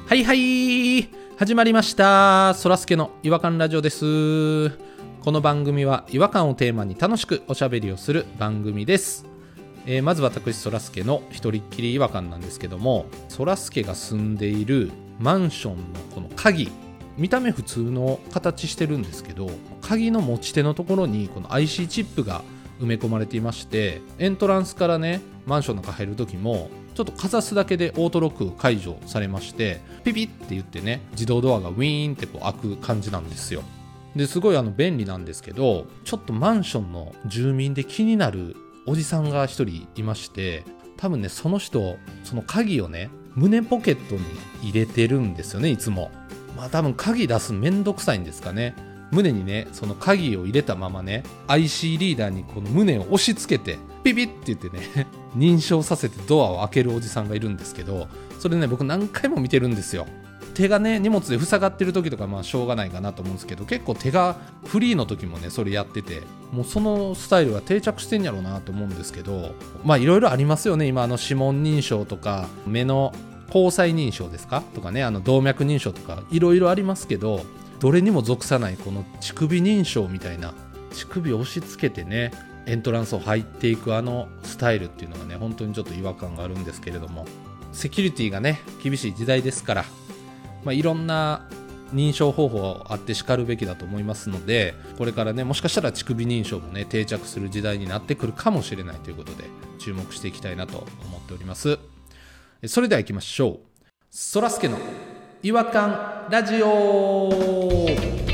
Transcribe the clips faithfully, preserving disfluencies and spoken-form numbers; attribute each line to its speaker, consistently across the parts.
Speaker 1: はいはい始まりました。そらすけの違和感ラジオです。この番組は違和感をテーマに楽しくおしゃべりをする番組です。えー、まず私そらすけの一人っきり違和感なんですけども、そらすけが住んでいるマンションのこの鍵、見た目普通の形してるんですけど、鍵の持ち手のところにこの アイシー チップが埋め込まれていまして、エントランスからねマンションの中入る時もちょっとかざすだけでオートロック解除されまして、ピピって言ってね自動ドアがウィーンってこう開く感じなんですよ。ですごいあの便利なんですけど、ちょっとマンションの住民で気になるおじさんが一人いまして、多分ねその人その鍵をね胸ポケットに入れてるんですよね、いつも。まあ多分鍵出すめんどくさいんですかね。胸にねその鍵を入れたままね アイシー リーダーにこの胸を押し付けてピピって言ってね認証させてドアを開けるおじさんがいるんですけど、それね僕何回も見てるんですよ。手がね荷物で塞がってる時とかまあしょうがないかなと思うんですけど、結構手がフリーの時もねそれやってて、もうそのスタイルが定着してんやろうなと思うんですけど、まあいろいろありますよね今。あの指紋認証とか目の虹彩認証ですかとかね、あの動脈認証とかいろいろありますけど、どれにも属さないこの乳首認証みたいな、乳首を押し付けてねエントランスを入っていくあのスタイルっていうのがね本当にちょっと違和感があるんですけれども、セキュリティがね厳しい時代ですから、まあ、いろんな認証方法あってしかるべきだと思いますので、これからねもしかしたら乳首認証もね定着する時代になってくるかもしれないということで注目していきたいなと思っております。それでは行きましょう。そらすけの違和感ラジオ。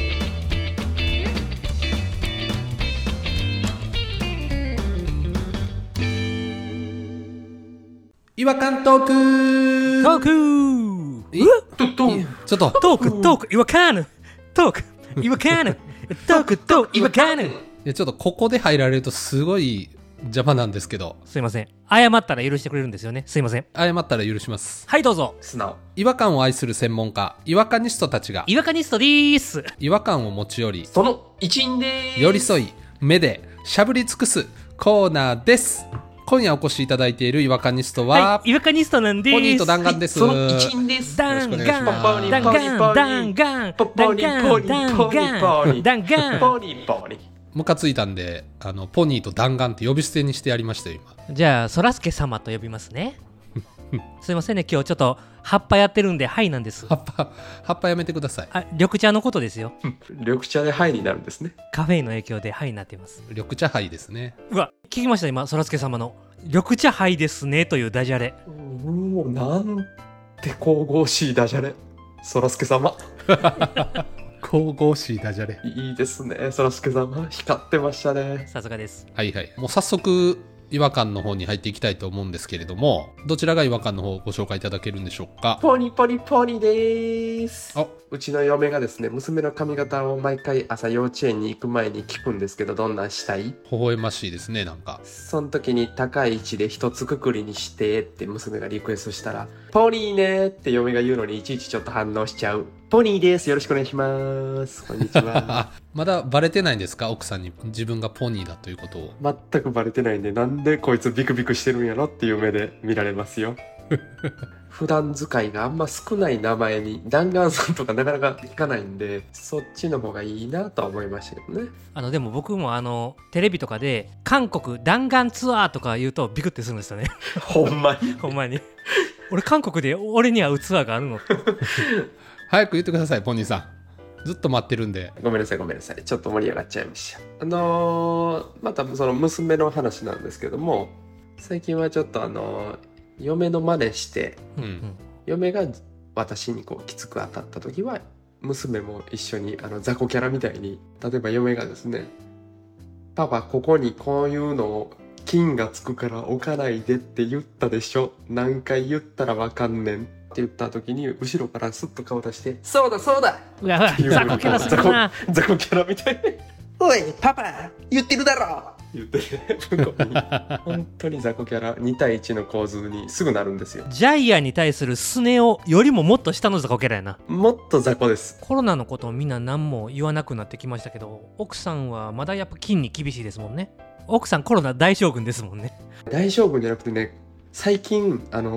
Speaker 1: 違和感トーク
Speaker 2: トーク
Speaker 1: えちょっと
Speaker 2: トークトーク違和感トーク違和感トークトーク違和感。
Speaker 1: いやちょっとここで入られるとすごい邪魔なんですけど、
Speaker 2: すいません、謝ったら許してくれるんですよね。すいません、
Speaker 1: 謝ったら許します。
Speaker 2: はいどうぞ。
Speaker 3: 素直。
Speaker 1: 違和感を愛する専門家違和感ニストたちが
Speaker 2: 違和感ニストでーす。
Speaker 1: 違和感を持ち寄り
Speaker 3: その一員でーす。
Speaker 1: 寄り添い目でしゃぶり尽くすコーナーです。今夜お越しいただいている違和感ニストは、
Speaker 2: はい、違和感ニストなんでーす。
Speaker 1: ポニーと弾丸です、
Speaker 3: その一員です。
Speaker 2: 弾丸弾丸弾
Speaker 3: ポニ
Speaker 2: 丸弾丸弾丸弾丸
Speaker 3: ポニポニ。
Speaker 1: ムカついたんであのポニーと弾丸って呼び捨てにしてやりましたよ今。
Speaker 2: じゃあそらすけ様と呼びますねすいませんね、今日ちょっと葉っぱやってるんではいなんです。
Speaker 1: 葉っぱ葉っぱやめてください。
Speaker 2: あ、緑茶のことですよ。
Speaker 3: 緑茶でハイになるんですね。
Speaker 2: カフェインの影響ではいになっています。
Speaker 1: 緑茶杯ですね。
Speaker 2: うわ、聞きました今、そらすけ様の緑茶杯ですねというダジャレ。
Speaker 3: もうなんて神々しいダジャレ。そらすけ様
Speaker 1: 神々しいダジャレ。
Speaker 3: いいですね。そらすけ様光ってましたね。
Speaker 2: さすがです。
Speaker 1: はいはい、もう早速違和感の方に入っていきたいと思うんですけれども、どちらが違和感の方をご紹介いただけるんでしょうか。
Speaker 3: ポニポニポニでーす。
Speaker 1: あ、
Speaker 3: うちの嫁がですね、娘の髪型を毎回朝幼稚園に行く前に聞くんですけど、どんなんしたい？
Speaker 1: 微笑ましいですね。なんか
Speaker 3: その時に高い位置で一つくくりにしてって娘がリクエストしたら、ポニーねーって嫁が言うのにいちいちちょっと反応しちゃう。ポニーです。よろしくお願いします。こんにちは。
Speaker 1: まだバレてないんですか、奥さんに自分がポニーだということを。
Speaker 3: 全くバレてないんで、なんでこいつビクビクしてるんやろっていう目で見られますよ。普段使いがあんま少ない名前に弾丸さんとかなかなか聞かないんで、そっちの方がいいなとは思いましたけどね。
Speaker 2: あのでも僕もあのテレビとかで韓国弾丸ツアーとか言うとビクってするんですよね
Speaker 3: ほんまに
Speaker 2: ほんまに俺韓国で俺にはツアーがあるの
Speaker 1: 早く言ってくださいポニーさん、ずっと待ってるんで。
Speaker 3: ごめんなさいごめんなさい、ちょっと盛り上がっちゃいました。あのー、またその娘の話なんですけども、最近はちょっとあのー、嫁の真似して、
Speaker 1: うん、
Speaker 3: 嫁が私にこうきつく当たった時は娘も一緒にあの雑魚キャラみたいに、例えば嫁がですね、パパここにこういうのを金がつくから置かないでって言ったでしょ、何回言ったらわかんねんって言った時に後ろからスッと顔出して、そうだそうだ
Speaker 2: うわうわ
Speaker 3: っていう
Speaker 2: 雑魚キャラするな
Speaker 3: 雑魚キャラみたいにおいパパ言ってるだろ言って向こうに本当に雑魚キャラに対いちの構図にすぐなるんですよ。
Speaker 2: ジャイアンに対するスネ夫よりももっと下の雑魚キャラやな。
Speaker 3: もっと雑魚です。
Speaker 2: コロナのことをみんな何も言わなくなってきましたけど、奥さんはまだやっぱ金に厳しいですもんね。奥さんコロナ大将軍ですもんね。
Speaker 3: 大将軍じゃなくてね、最近あの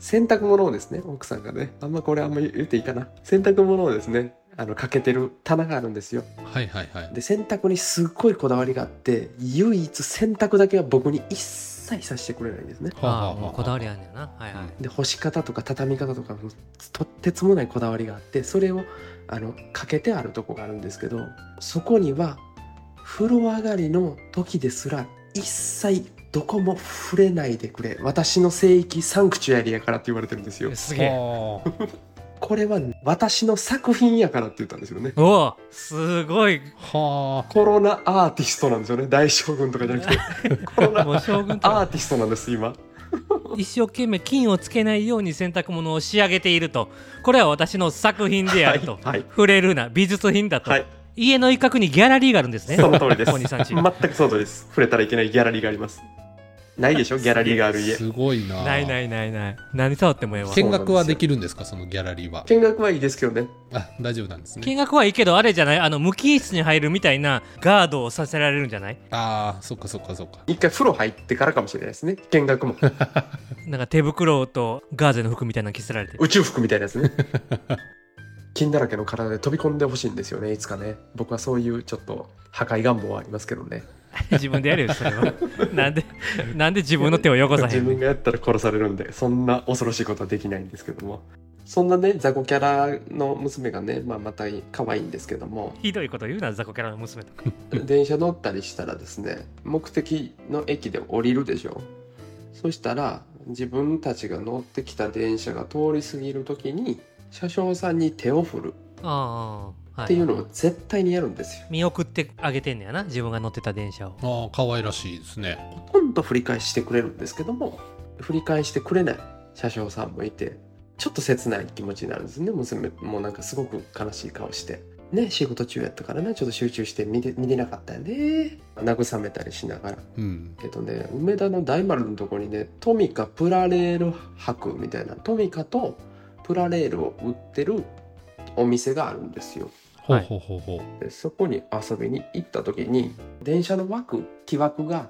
Speaker 3: 洗濯物をですね、奥さんがね、あんまこれあんま言っていいかな、洗濯物をですね、あのかけてる棚があるんですよ。
Speaker 1: はいはいはい。
Speaker 3: で洗濯にすっごいこだわりがあって、唯一洗濯だけは僕に一切させてくれないんですね。
Speaker 2: ああ、もうこだわりあんねんな。はいはい。
Speaker 3: で干し方とか畳み方とかもとってつもないこだわりがあって、それをあのかけてあるとこがあるんですけど、そこには風呂上がりの時ですら一切どこも触れないでくれ、私の聖域サンクチュアリやからって言われてるんですよ。
Speaker 2: すげえ。
Speaker 1: はあ
Speaker 3: これは私の作品やからって言ったんですよね。
Speaker 2: おお、すごい。
Speaker 1: はあ。
Speaker 3: コロナアーティストなんですよね。大将軍とかじゃなくてコロナ
Speaker 2: もう将軍と
Speaker 3: アーティストなんです今。
Speaker 2: 一生懸命金をつけないように洗濯物を仕上げていると。これは私の作品であると、
Speaker 3: はいはい、
Speaker 2: 触れるな美術品だと、
Speaker 3: はい、
Speaker 2: 家の一角にギャラリーがあるんですね。
Speaker 3: その通りです。
Speaker 2: ポニーさんち
Speaker 3: 全くその通りです。触れたらいけないギャラリーがあります。ないでしょギャラリーがある家。
Speaker 1: すごいな。
Speaker 2: ないないないない。何触ってもええわ。
Speaker 1: 見学はできるんですか、そのギャラリーは。
Speaker 3: 見学はいいですけどね。
Speaker 1: あ、大丈夫なんですね。
Speaker 2: 見学はいいけど、あれじゃない、あの無菌室に入るみたいなガードをさせられるんじゃない？
Speaker 1: ああ、そっかそっかそっか。
Speaker 3: 一回風呂入ってからかもしれないですね、見学も。
Speaker 2: なんか手袋とガーゼの服みたいなの着せられて。
Speaker 3: 宇宙服みたいなやつね。菌だらけの体で飛び込んでほしいんですよね、いつかね。僕はそういうちょっと破壊願望はありますけどね。
Speaker 2: 自分でやるよそれは。なんでなんで自分の手を汚さへんの？
Speaker 3: 自分がやったら殺されるんで、そんな恐ろしいことはできないんですけども。そんなね雑魚キャラの娘がね、まあ、また可愛いんですけども、
Speaker 2: ひどいこと言うな、雑魚キャラの娘とか。
Speaker 3: 電車乗ったりしたらですね、目的の駅で降りるでしょ。そしたら自分たちが乗ってきた電車が通り過ぎる時に車掌さんに手を振る
Speaker 2: ああ、
Speaker 3: っていうのを絶対にやるんですよ。
Speaker 2: 見送ってあげてんねやな、自分が乗ってた電車を。
Speaker 1: ああ、可愛らしいですね。
Speaker 3: ほとんど振り返してくれるんですけども、振り返してくれない車掌さんもいて、ちょっと切ない気持ちになるんですね。娘もなんかすごく悲しい顔してね、仕事中やったからね、ちょっと集中して見て見れなかったよね、慰めたりしながら。
Speaker 1: うん。
Speaker 3: けどね、梅田の大丸のところにね、トミカプラレール博みたいな、トミカとプラレールを売ってるお店があるんですよ。
Speaker 1: ほうほうほうほう。
Speaker 3: でそこに遊びに行った時に、電車の枠木枠があって、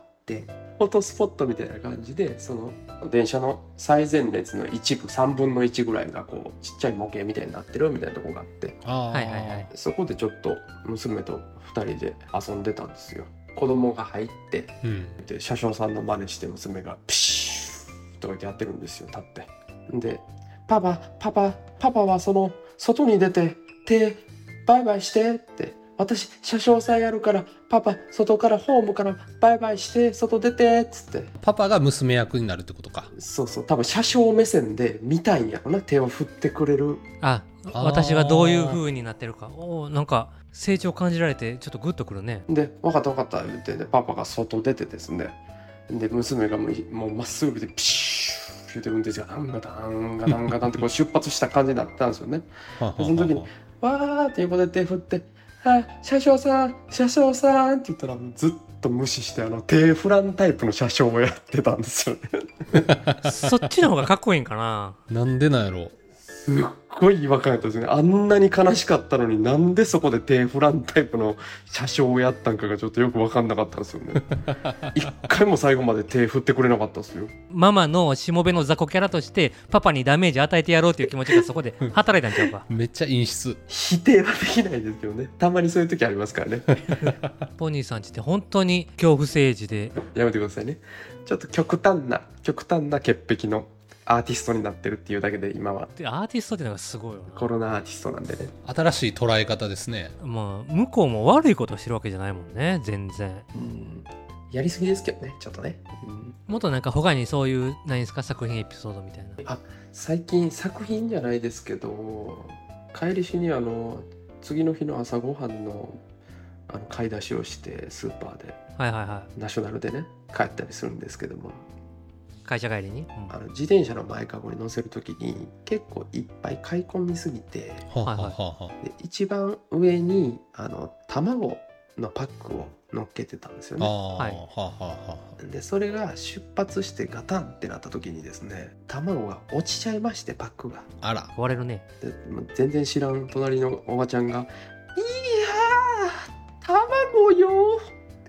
Speaker 3: フォトスポットみたいな感じで、その電車の最前列の一部さんぶんのいちぐらいがこうちっちゃい模型みたいになってるみたいなとこがあって、
Speaker 1: ああ、
Speaker 2: はいはいはい。
Speaker 3: そこでちょっと娘とふたりで遊んでたんですよ。子供が入って
Speaker 1: うん。
Speaker 3: で車掌さんの真似して娘がピシューとかってやってるんですよ、立って。でパパパパパパはその外に出て手バイバイしてって、私車掌さんやるからパパ外からホームからバイバイして外出てっつって。
Speaker 1: パパが娘役になるってことか。
Speaker 3: そうそう、多分車掌目線で見たいんやろな、手を振ってくれる。
Speaker 2: あ、
Speaker 1: あー
Speaker 2: 私がどういう風になってるか。おー、なんか成長感じられてちょっとグッとくるね。
Speaker 3: で分かった分かった言って、ね、パパが外出てですね、で娘がもうもうまっすぐ見てピシューって運転手がダンガダンガダンガダンってこう出発した感じになったんですよね。
Speaker 1: はあはあはあ
Speaker 3: その時にわーって横で手振って「あ、車掌さん車掌さん」って言ったらずっと無視して、あの手振らんタイプの車掌をやってたんですよね。
Speaker 2: そっちの方がかっこいいんかな。
Speaker 1: なんでなんやろ。
Speaker 3: すっごい違和感やったですね。あんなに悲しかったのに、なんでそこで手振らんタイプの車掌をやったんかがちょっとよく分かんなかったんですよね。一回も最後まで手振ってくれなかったですよ。
Speaker 2: ママのしもべの雑魚キャラとしてパパにダメージ与えてやろうっていう気持ちがそこで働いたんちゃうか。
Speaker 1: めっちゃ陰湿。
Speaker 3: 否定はできないですけどね。たまにそういう時ありますからね。
Speaker 2: ポニーさんちって本当に恐怖政治で。
Speaker 3: やめてくださいね。ちょっと極端な極端な潔癖のアーティストになってるっていうだけで、今は
Speaker 2: でアーティストっていうのがすごいよ
Speaker 3: コロナアーティストなんでね。
Speaker 1: 新しい捉え方ですね。
Speaker 2: な。まあ向こうも悪いことをしてるわけじゃないもんね、全然。
Speaker 3: うんやりすぎですけどね、ちょっとね。うん
Speaker 2: もっとなんか他にそういう何ですか、作品エピソードみたいな。
Speaker 3: あ、最近作品じゃないですけど、帰りしにあの次の日の朝ごはんのあの買い出しをしてスーパーで
Speaker 2: はいはいは
Speaker 3: ナショナルでね帰ったりするんですけども、
Speaker 2: い。会社帰りに、うん
Speaker 3: あの自転車の前かごに乗せるときに結構いっぱい買い込みすぎて、
Speaker 1: はあ、はあはあは
Speaker 3: で一番上にあの卵のパックを乗っけてたんですよ
Speaker 1: あ、あ
Speaker 3: ね。
Speaker 1: あ、
Speaker 2: はい
Speaker 1: はあはあは
Speaker 3: でそれが出発してガタンってなった時にですね、卵が落ちちゃいまして、パックが。
Speaker 1: あ。あら。
Speaker 2: 割れるね。
Speaker 3: でもう全然知らん隣のおばちゃんが「いやー卵よ」って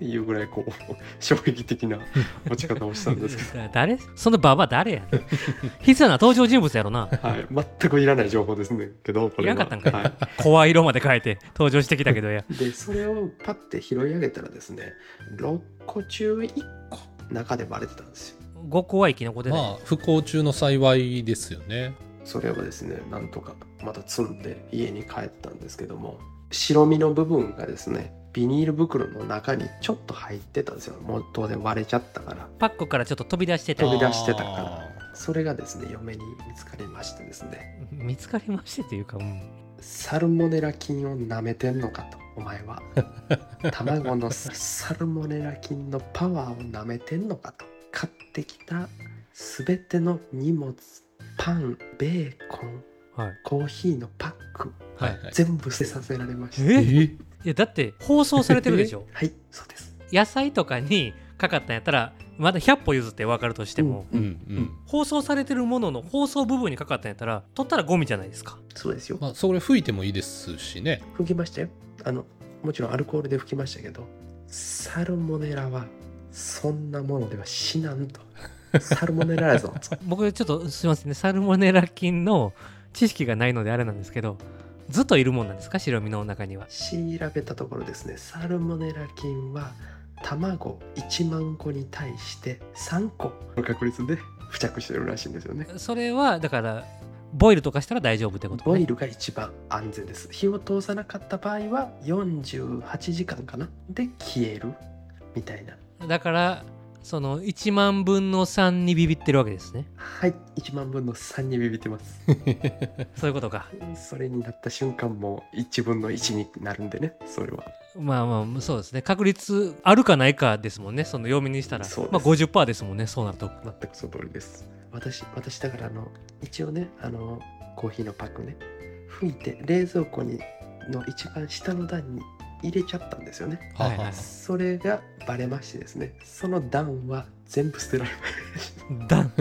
Speaker 3: っていうぐらいこう衝撃的な持ち方をしたんですけど
Speaker 2: 誰そのババア誰やねん必要な登場人物やろな
Speaker 3: はい、全くいらない情報ですねけどこれはい
Speaker 2: らんかったんかい、
Speaker 3: はい、
Speaker 2: 声色まで変えて登場してきたけどや
Speaker 3: でそれをパッて拾い上げたらですねろっこ中いっこ中で割れてたんですよ。
Speaker 2: ごこは生き残ってない、
Speaker 1: まあ不幸中の幸いですよね。
Speaker 3: それをですねなんとかまた積んで家に帰ったんですけども、白身の部分がですねビニール袋の中にちょっと入ってたんですよ。もう当然割れちゃったから
Speaker 2: パックからちょっと飛び出してた
Speaker 3: 飛び出してたから
Speaker 1: あ
Speaker 3: それがですね嫁に見つかりましてですね、
Speaker 2: 見つかりましてというか、うん、
Speaker 3: サルモネラ菌を舐めてんのかと、お前は卵のサルモネラ菌のパワーを舐めてんのかと、買ってきた全ての荷物、パン、ベーコン、
Speaker 2: はい、
Speaker 3: コーヒーのパック、
Speaker 1: はいはい、
Speaker 3: 全部捨てさせられました。
Speaker 2: え
Speaker 1: え
Speaker 2: いやだって包装されてるでしょ
Speaker 3: はいそうです。
Speaker 2: 野菜とかにかかったんやったらまだひゃっぽ譲って分かるとしても、
Speaker 1: うんうん
Speaker 2: 包装されてるものの包装部分にかかったんやったら取ったらゴミじゃないですか。
Speaker 3: そうですよ、
Speaker 1: まあ、それ拭いてもいいですしね。
Speaker 3: 拭きましたよ。あのもちろんアルコールで拭きましたけど、サルモネラはそんなものでは死なんとサルモネラやぞ
Speaker 2: 僕ちょっとすいませんね、サルモネラ菌の知識がないのであれなんですけど、ずっといるもんなんですか、白身の中には。
Speaker 3: 調べたところですね、サルモネラ菌は卵いちまんこに対してさんこの確率で付着してるらしいんですよね。
Speaker 2: それはだからボイルとかしたら大丈夫ってことね。
Speaker 3: ボイルが一番安全です。火を通さなかった場合はよんじゅうはちじかんかなで消えるみたいな。
Speaker 2: だからそのいちまんぶんのさんにビビってるわけですね。
Speaker 3: はい、いちまんぶんのさんにビビってます
Speaker 2: そういうことか。
Speaker 3: それになった瞬間もいちぶんのいちになるんでね、それは。
Speaker 2: まあまあそうですね、確率あるかないかですもんね、その読みにしたら。
Speaker 3: そうです、
Speaker 2: まあ ごじゅっパーセント ですもんね、そうなると。
Speaker 3: 全くその通りです。私私だからあの一応ね、あのコーヒーのパックね拭いて冷蔵庫にの一番下の段に入れちゃったんですよね。
Speaker 1: はいはいはい、
Speaker 3: それがバレましてですね、その段は全部捨てられま
Speaker 2: 段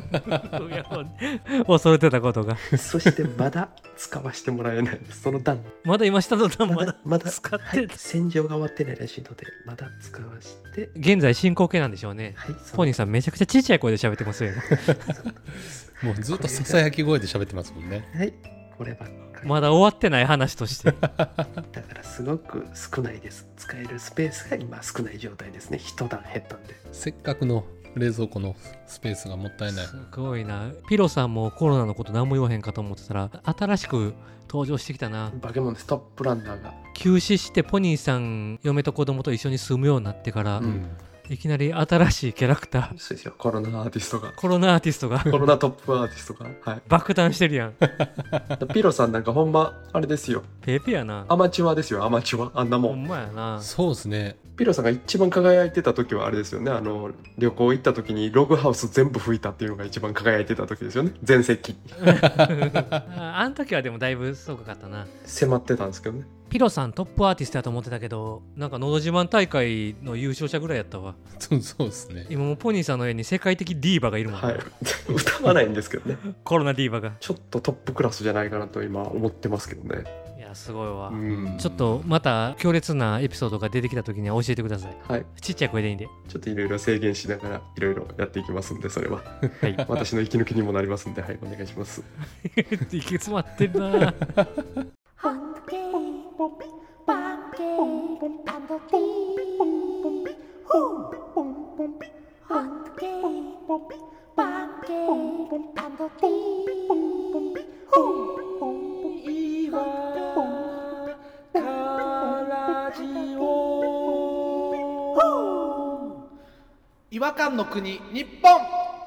Speaker 2: 恐れてたことが
Speaker 3: したそしてまだ使わせてもらえないです。その段
Speaker 2: まだ今下の段まだ
Speaker 3: まだ
Speaker 2: 使って、
Speaker 3: はい、洗浄が終わってないらしいのでまだ使わせて。
Speaker 2: 現在進行形なんでしょうね。
Speaker 3: はい、
Speaker 2: ポニーさんめちゃくちゃちっちゃい声で喋ってますよね
Speaker 1: もうずっとささやき声で喋ってますもんね。
Speaker 3: はい、こればっかり
Speaker 2: まだ終わってない話として
Speaker 3: だからすごく少ないです。使えるスペースが今少ない状態ですね。一段減ったんで。
Speaker 1: せっかくの冷蔵庫のスペースがもったいない。
Speaker 2: すごいな。ピロさんもコロナのこと何も言わへんかと思ってたら新しく登場してきたな。
Speaker 3: バケモンでストップランナーが
Speaker 2: 休止してポニーさん嫁と子供と一緒に住むようになってから、
Speaker 3: うん、
Speaker 2: いきなり新しいキャラクター、
Speaker 3: そうですよ、コロナアーティストが
Speaker 2: コロナアーティストが
Speaker 3: コロナトップアーティストが、はい、
Speaker 2: 爆誕してるやん
Speaker 3: ピロさんなんかほんまあれですよ、
Speaker 2: ペーペーやな。
Speaker 3: アマチュアですよ、アマチュア。あんなも
Speaker 2: ほ
Speaker 3: ん。
Speaker 2: んまやな。
Speaker 1: そうですね。
Speaker 3: ピロさんが一番輝いてた時はあれですよね、あの旅行行った時にログハウス全部拭いたっていうのが一番輝いてた時ですよね、全席
Speaker 2: ああん時はでもだいぶすごかったな。
Speaker 3: 迫ってたんですけどね。
Speaker 2: ピロさんトップアーティストやと思ってたけど、なんかのど自慢大会の優勝者ぐらいやったわ。
Speaker 1: そうそうですね。
Speaker 2: 今もポニーさんのように世界的ディーバがいるもんね、
Speaker 3: はい歌わないんですけどね
Speaker 2: コロナディーバが。
Speaker 3: ちょっとトップクラスじゃないかなと今思ってますけどね。
Speaker 2: いやすごいわ。
Speaker 3: うん
Speaker 2: ちょっとまた強烈なエピソードが出てきた時には教えてください。
Speaker 3: はい、
Speaker 2: ちっちゃい声でいいんで。
Speaker 3: ちょっといろいろ制限しながらいろいろやっていきますんで、それは
Speaker 2: はい
Speaker 3: 私の息抜きにもなりますんで、はい、お願いします。
Speaker 2: 息詰まってるな
Speaker 4: 違和感の国日本。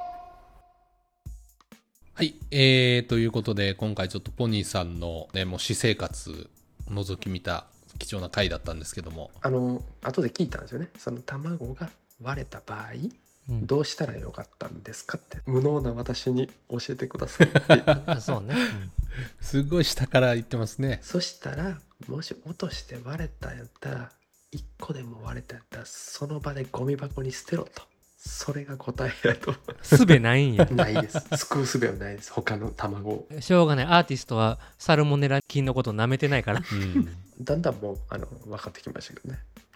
Speaker 1: はい、えー、ということで今回ちょっとポニーさんの、ね、もう私生活を覗き見た貴重な回だったんですけども、
Speaker 3: あの後で聞いたんですよね。その卵が割れた場合、うん、どうしたらよかったんですかって、無能な私に教えてくださいって
Speaker 2: そうね、うん、
Speaker 1: すごい下から言ってますね。
Speaker 3: そしたらもし落として割れたんやったら、いっこでも割れたんやったらその場でゴミ箱に捨てろと、それが答えだと。
Speaker 2: すべないんや
Speaker 3: ないです。救うすべはないです。他の卵を。
Speaker 2: しょうがない。アーティストはサルモネラ菌のことを舐めてないから、
Speaker 3: うん、だんだんもうあの分かってきましたけどね。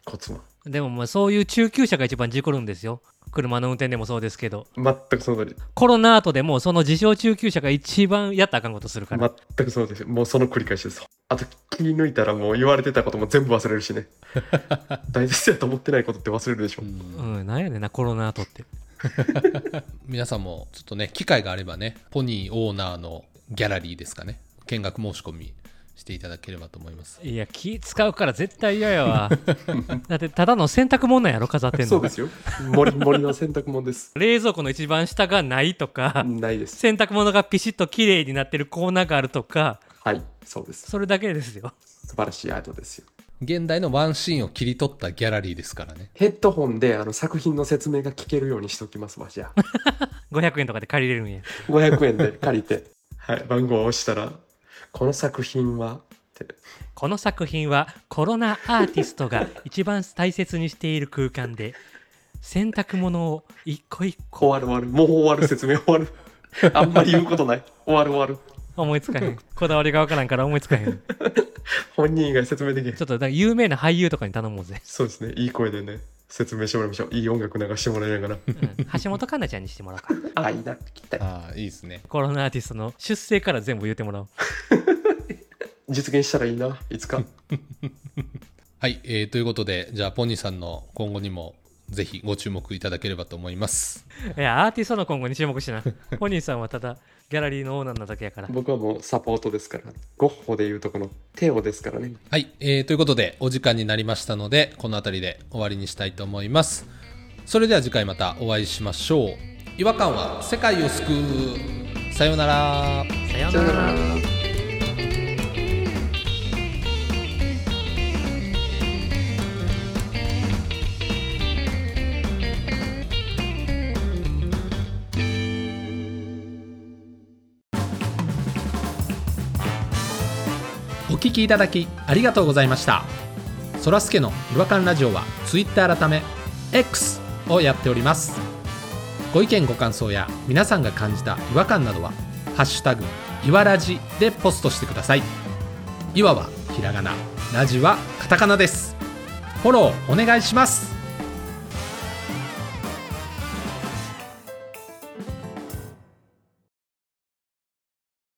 Speaker 3: コツは。
Speaker 2: でもまあそういう中級者が一番事故るんですよ。車の運転でもそうですけど、
Speaker 3: 全くその通り。
Speaker 2: コロナ後でもその自称中級者が一番やったらあかんことするから。
Speaker 3: 全くその通りです。もうその繰り返しです。あと気抜いたらもう言われてたことも全部忘れるしね。大切やと思ってないことって忘れるでしょ。
Speaker 2: うん、なんやねんなコロナ後って。
Speaker 1: 皆さんもちょっとね機会があればね、ポニーオーナーのギャラリーですかね、見学申し込みしていただければと思います。
Speaker 2: いや気使うから絶対嫌やわ。だってただの洗濯物なんやろ飾ってんの。
Speaker 3: そうですよ。森森の洗濯物です。
Speaker 2: 冷蔵庫の一番下がないとか、
Speaker 3: ないです。
Speaker 2: 洗濯物がピシッと綺麗になってるコーナーがあるとか、
Speaker 3: はい、そうです。
Speaker 2: それだけですよ。
Speaker 3: 素晴らしいアートですよ。
Speaker 1: 現代のワンシーンを切り取ったギャラリーですからね。
Speaker 3: ヘッドホンであの作品の説明が聞けるようにしときますわ。じゃあ
Speaker 2: ごひゃくえんとかで借りれるんや。
Speaker 3: ごひゃくえんで借りて、はい、番号を押したらこの作品はって
Speaker 2: この作品はコロナアーティストが一番大切にしている空間で洗濯物を一個一個。
Speaker 3: 終わる終わる、もう終わる、説明終わる。あんまり言うことない。終わる終わる。
Speaker 2: 思いつかへん。こだわりがわからんから思いつかへん。
Speaker 3: 本人以外説明できへん。
Speaker 2: ちょっとだから有名な俳優とかに頼もうぜ。
Speaker 3: そうですね、いい声でね説明してもらいましょう。いい音楽流してもらいながら。
Speaker 2: うん、橋本環奈ちゃんにしてもらおうか。
Speaker 3: あ、いいな、聞きたい。
Speaker 1: ああいいですね。
Speaker 2: コロナアーティストの出生から全部言ってもらおう。
Speaker 3: 実現したらいいな、いつか。
Speaker 1: はい、えー、ということでじゃあポニーさんの今後にもぜひご注目いただければと思います。
Speaker 2: いやアーティストの今後に注目しな。ポニーさんはただギャラリーのオーナーなだけやから。
Speaker 3: 僕はもうサポートですから、ゴッホでいうとこのテオですからね。
Speaker 1: はい、えー、ということでお時間になりましたのでこの辺りで終わりにしたいと思います。それでは次回またお会いしましょう。違和感は世界を救う。さようなら。
Speaker 2: さよう
Speaker 3: さよ
Speaker 2: なら。
Speaker 3: なら。
Speaker 1: お聞きいただきありがとうございました。そらすけの違和感ラジオは Twitter 改め X をやっております。ご意見ご感想や皆さんが感じた違和感などはハッシュタグいわらじでポストしてください。いわはひらがな、ラジはカタカナです。フォローお願いします。